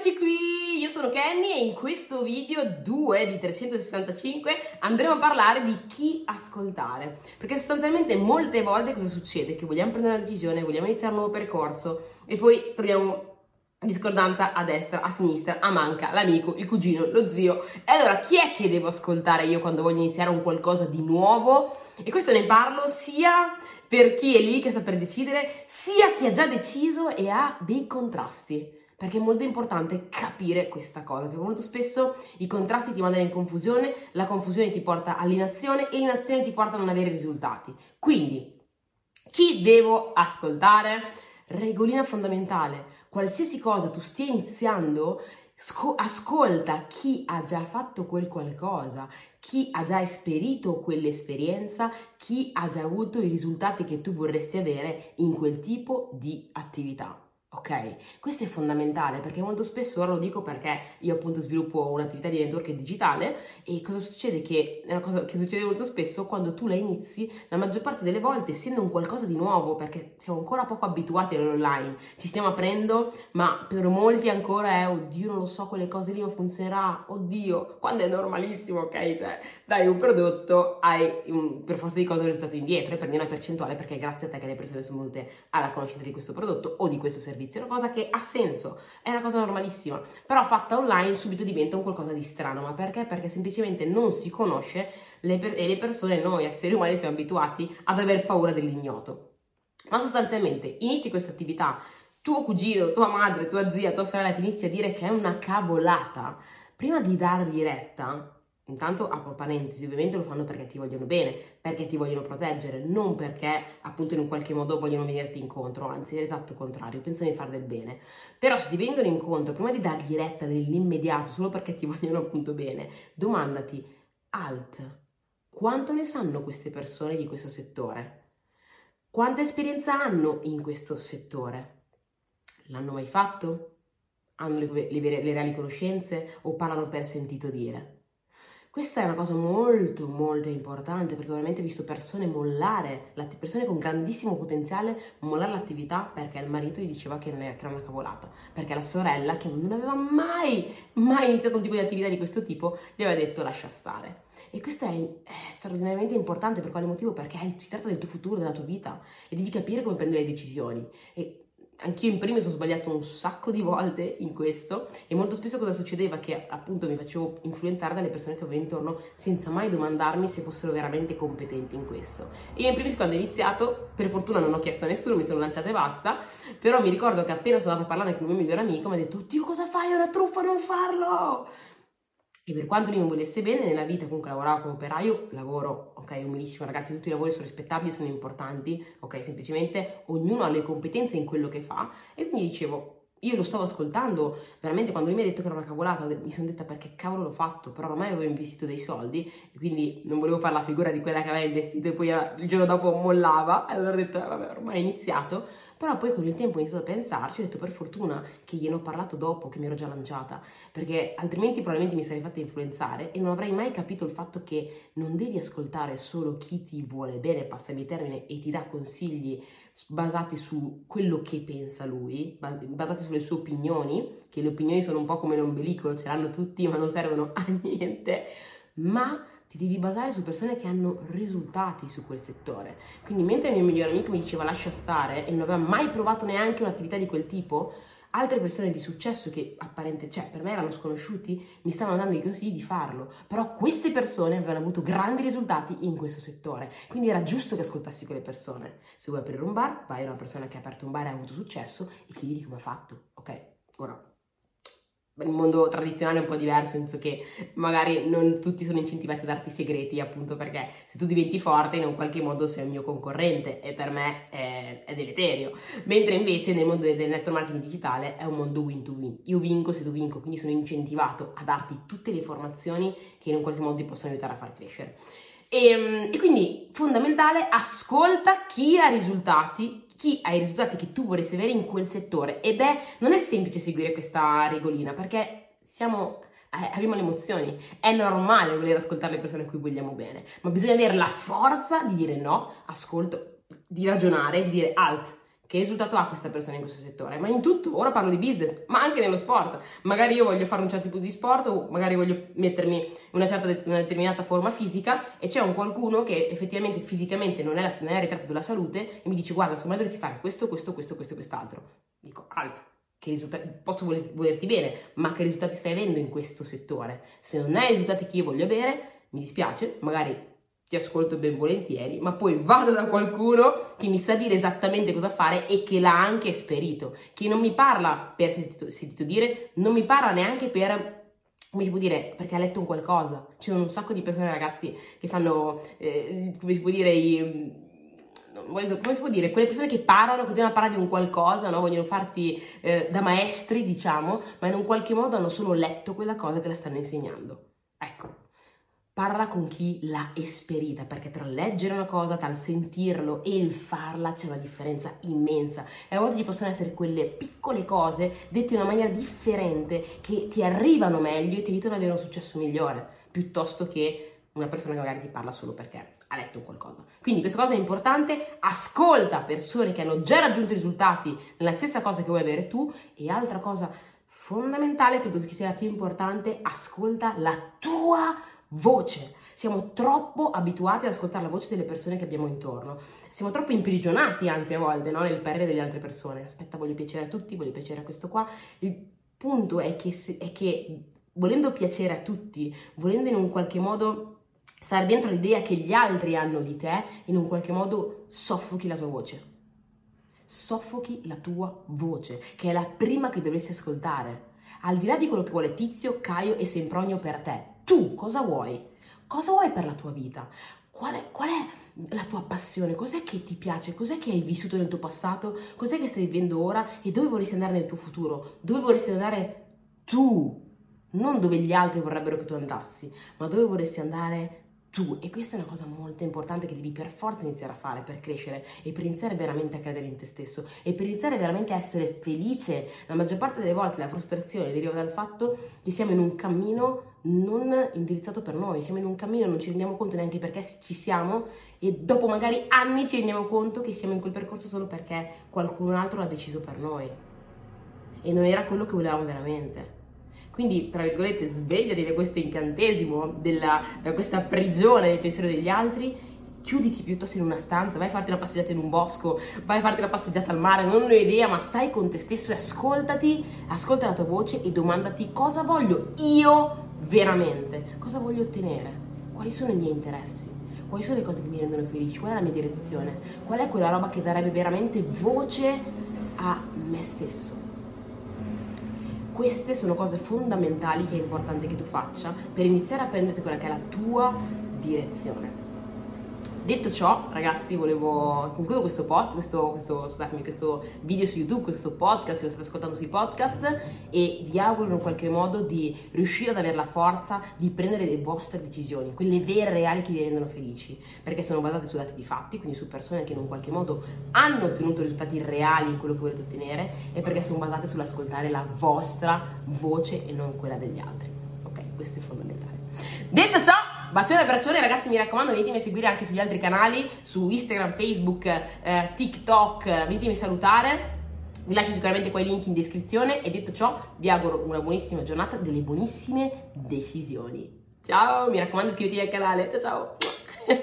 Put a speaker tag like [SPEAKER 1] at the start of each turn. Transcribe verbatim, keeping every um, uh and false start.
[SPEAKER 1] Eccoci qui, io sono Kenny e in questo video due di trecentosessantacinque andremo a parlare di chi ascoltare, perché sostanzialmente molte volte cosa succede? Che vogliamo prendere una decisione, vogliamo iniziare un nuovo percorso e poi troviamo discordanza a destra, a sinistra, a manca, l'amico, il cugino, lo zio. E allora chi è che devo ascoltare io quando voglio iniziare un qualcosa di nuovo? E questo ne parlo sia per chi è lì che sta per decidere, sia chi ha già deciso e ha dei contrasti. Perché è molto importante capire questa cosa, che molto spesso i contrasti ti mandano in confusione, la confusione ti porta all'inazione e l'inazione ti porta a non avere risultati. Quindi, chi devo ascoltare? Regolina fondamentale: qualsiasi cosa tu stia iniziando, ascolta chi ha già fatto quel qualcosa, chi ha già esperito quell'esperienza, chi ha già avuto i risultati che tu vorresti avere in quel tipo di attività. Ok? Questo è fondamentale, perché molto spesso, ora lo dico perché io appunto sviluppo un'attività di network digitale, e cosa succede? Che è una cosa che succede molto spesso quando tu la inizi, la maggior parte delle volte, essendo un qualcosa di nuovo, perché siamo ancora poco abituati all'online, ci stiamo aprendo, ma per molti ancora è oddio non lo so, quelle cose lì non funzionerà, oddio, quando è normalissimo, ok? Cioè dai un prodotto, hai un, per forza di cose un risultato indietro e prendi una percentuale, perché è grazie a te che le persone sono venute alla conoscenza di questo prodotto o di questo servizio. È una cosa che ha senso, è una cosa normalissima, però fatta online subito diventa un qualcosa di strano. Ma perché? Perché semplicemente non si conosce le per- e le persone, noi esseri umani, siamo abituati ad aver paura dell'ignoto. Ma sostanzialmente inizi questa attività, tuo cugino, tua madre, tua zia, tua sorella ti inizia a dire che è una cavolata, prima di dargli retta. Intanto, apro parentesi, ovviamente lo fanno perché ti vogliono bene, perché ti vogliono proteggere, non perché appunto in un qualche modo vogliono venirti incontro, anzi è l'esatto contrario, pensano di fare del bene. Però se ti vengono incontro, prima di dargli retta nell'immediato, solo perché ti vogliono appunto bene, domandati: alt, quanto ne sanno queste persone di questo settore? Quanta esperienza hanno in questo settore? L'hanno mai fatto? Hanno le, le, le reali conoscenze o parlano per sentito dire? Questa è una cosa molto molto importante, perché ovviamente ho visto persone mollare, persone con grandissimo potenziale mollare l'attività perché il marito gli diceva che era una cavolata, perché la sorella, che non aveva mai, mai iniziato un tipo di attività di questo tipo, gli aveva detto lascia stare. E questo è, è straordinariamente importante. Per quale motivo? Perché si tratta del tuo futuro, della tua vita, e devi capire come prendere le decisioni. E anch'io in primis ho sbagliato un sacco di volte in questo, e molto spesso cosa succedeva? Che appunto mi facevo influenzare dalle persone che avevo intorno senza mai domandarmi se fossero veramente competenti in questo. E io in primis, quando ho iniziato, per fortuna non ho chiesto a nessuno, mi sono lanciata e basta, però mi ricordo che appena sono andata a parlare con il mio migliore amico mi ha detto: Dio, cosa fai? È una truffa, non farlo! E per quanto lui mi volesse bene, nella vita comunque lavoravo come operaio, lavoro, ok, umilissimo ragazzi, tutti i lavori sono rispettabili, sono importanti, ok, semplicemente ognuno ha le competenze in quello che fa, e quindi dicevo, io lo stavo ascoltando, veramente quando lui mi ha detto che era una cavolata, mi sono detta: perché cavolo l'ho fatto? Però ormai avevo investito dei soldi, e quindi non volevo fare la figura di quella che aveva investito e poi il giorno dopo mollava, e allora ho detto: eh, vabbè, ormai è iniziato. Però poi con il tempo ho iniziato a pensarci, ho detto: per fortuna che gliene ho parlato dopo, che mi ero già lanciata, perché altrimenti probabilmente mi sarei fatta influenzare e non avrei mai capito il fatto che non devi ascoltare solo chi ti vuole bene, passami il termine, e ti dà consigli basati su quello che pensa lui, basati sulle sue opinioni, che le opinioni sono un po' come l'ombelico, ce l'hanno tutti ma non servono a niente, ma ti devi basare su persone che hanno risultati su quel settore. Quindi mentre il mio migliore amico mi diceva lascia stare e non aveva mai provato neanche un'attività di quel tipo, altre persone di successo che apparentemente, cioè per me erano sconosciuti, mi stavano dando i consigli di farlo, però queste persone avevano avuto grandi risultati in questo settore, quindi era giusto che ascoltassi quelle persone. Se vuoi aprire un bar, vai a una persona che ha aperto un bar e ha avuto successo e chiedi come ha fatto, ok? Ora, il mondo tradizionale è un po' diverso, nel senso che magari non tutti sono incentivati a darti segreti, appunto perché se tu diventi forte in un qualche modo sei un mio concorrente, e per me è, è deleterio. Mentre invece nel mondo del network marketing digitale è un mondo win to win, io vinco se tu vinco, quindi sono incentivato a darti tutte le informazioni che in un qualche modo ti possono aiutare a far crescere. E, e quindi fondamentale: ascolta chi ha risultati, chi ha i risultati che tu vorresti avere in quel settore. Ed è, non è semplice seguire questa regolina, perché siamo, eh, abbiamo le emozioni, è normale voler ascoltare le persone a cui vogliamo bene, ma bisogna avere la forza di dire no, ascolto, di ragionare, di dire alt, che risultato ha questa persona in questo settore, ma in tutto, ora parlo di business, ma anche nello sport. Magari io voglio fare un certo tipo di sport o magari voglio mettermi in una certa una determinata forma fisica e c'è un qualcuno che effettivamente fisicamente non è, la, non è arretrato della salute e mi dice guarda, secondo me dovresti fare questo, questo, questo, questo e quest'altro. Dico, alt, che risultati, posso voler, volerti bene, ma che risultati stai avendo in questo settore? Se non hai i risultati che io voglio avere, mi dispiace, magari ti ascolto ben volentieri, ma poi vado da qualcuno che mi sa dire esattamente cosa fare e che l'ha anche esperito, che non mi parla per sentito, sentito dire, non mi parla neanche per, come si può dire, perché ha letto un qualcosa. Ci sono un sacco di persone, ragazzi, che fanno, eh, come si può dire, i... come si può dire, quelle persone che parlano, continuano a parlare di un qualcosa, no? Vogliono farti eh, da maestri, diciamo, ma in un qualche modo hanno solo letto quella cosa e te la stanno insegnando. Ecco. Parla con chi l'ha esperita, perché tra leggere una cosa, tra il sentirlo e il farla c'è una differenza immensa. E a volte ci possono essere quelle piccole cose dette in una maniera differente che ti arrivano meglio e ti aiutano ad avere un successo migliore, piuttosto che una persona che magari ti parla solo perché ha letto qualcosa. Quindi questa cosa è importante, ascolta persone che hanno già raggiunto i risultati nella stessa cosa che vuoi avere tu, e altra cosa fondamentale, credo che sia la più importante, ascolta la tua voce. Siamo troppo abituati ad ascoltare la voce delle persone che abbiamo intorno, siamo troppo imprigionati anzi a volte, no? Nel parere delle altre persone. Aspetta, voglio piacere a tutti, voglio piacere a questo qua. Il punto è che, se, è che volendo piacere a tutti, volendo in un qualche modo stare dentro l'idea che gli altri hanno di te, in un qualche modo soffochi la tua voce, soffochi la tua voce, che è la prima che dovresti ascoltare. Al di là di quello che vuole Tizio, Caio e Sempronio per te, tu cosa vuoi? Cosa vuoi per la tua vita? Qual è, qual è la tua passione? Cos'è che ti piace? Cos'è che hai vissuto nel tuo passato? Cos'è che stai vivendo ora? E dove vorresti andare nel tuo futuro? Dove vorresti andare tu? Non dove gli altri vorrebbero che tu andassi, ma dove vorresti andare tu. E questa è una cosa molto importante che devi per forza iniziare a fare per crescere e per iniziare veramente a credere in te stesso e per iniziare veramente a essere felice. La maggior parte delle volte la frustrazione deriva dal fatto che siamo in un cammino non indirizzato per noi, siamo in un cammino, non ci rendiamo conto neanche perché ci siamo e dopo magari anni ci rendiamo conto che siamo in quel percorso solo perché qualcun altro l'ha deciso per noi e non era quello che volevamo veramente. Quindi, tra virgolette, svegliati da questo incantesimo, della, da questa prigione del pensiero degli altri, chiuditi piuttosto in una stanza, vai a farti una passeggiata in un bosco, vai a farti una passeggiata al mare, non ho idea, ma stai con te stesso e ascoltati, ascolta la tua voce e domandati cosa voglio io veramente, cosa voglio ottenere, quali sono i miei interessi, quali sono le cose che mi rendono felici, qual è la mia direzione, qual è quella roba che darebbe veramente voce a me stesso. Queste sono cose fondamentali che è importante che tu faccia per iniziare a prendere quella che è la tua direzione. Detto ciò, ragazzi, volevo concludo questo post, questo, questo, scusatemi, questo video su YouTube, questo podcast, se lo state ascoltando sui podcast, e vi auguro in qualche modo di riuscire ad avere la forza di prendere le vostre decisioni, quelle vere e reali che vi rendono felici, perché sono basate su dati di fatti, quindi su persone che in un qualche modo hanno ottenuto risultati reali in quello che volete ottenere, e perché sono basate sull'ascoltare la vostra voce e non quella degli altri. Ok, questo è fondamentale. Detto ciò, bacione e abbraccione, ragazzi, mi raccomando, venitemi a seguire anche sugli altri canali, su Instagram, Facebook, eh, TikTok, venitemi a salutare, vi lascio sicuramente quei link in descrizione e detto ciò vi auguro una buonissima giornata, delle buonissime decisioni. Ciao, mi raccomando iscrivetevi al canale, ciao ciao!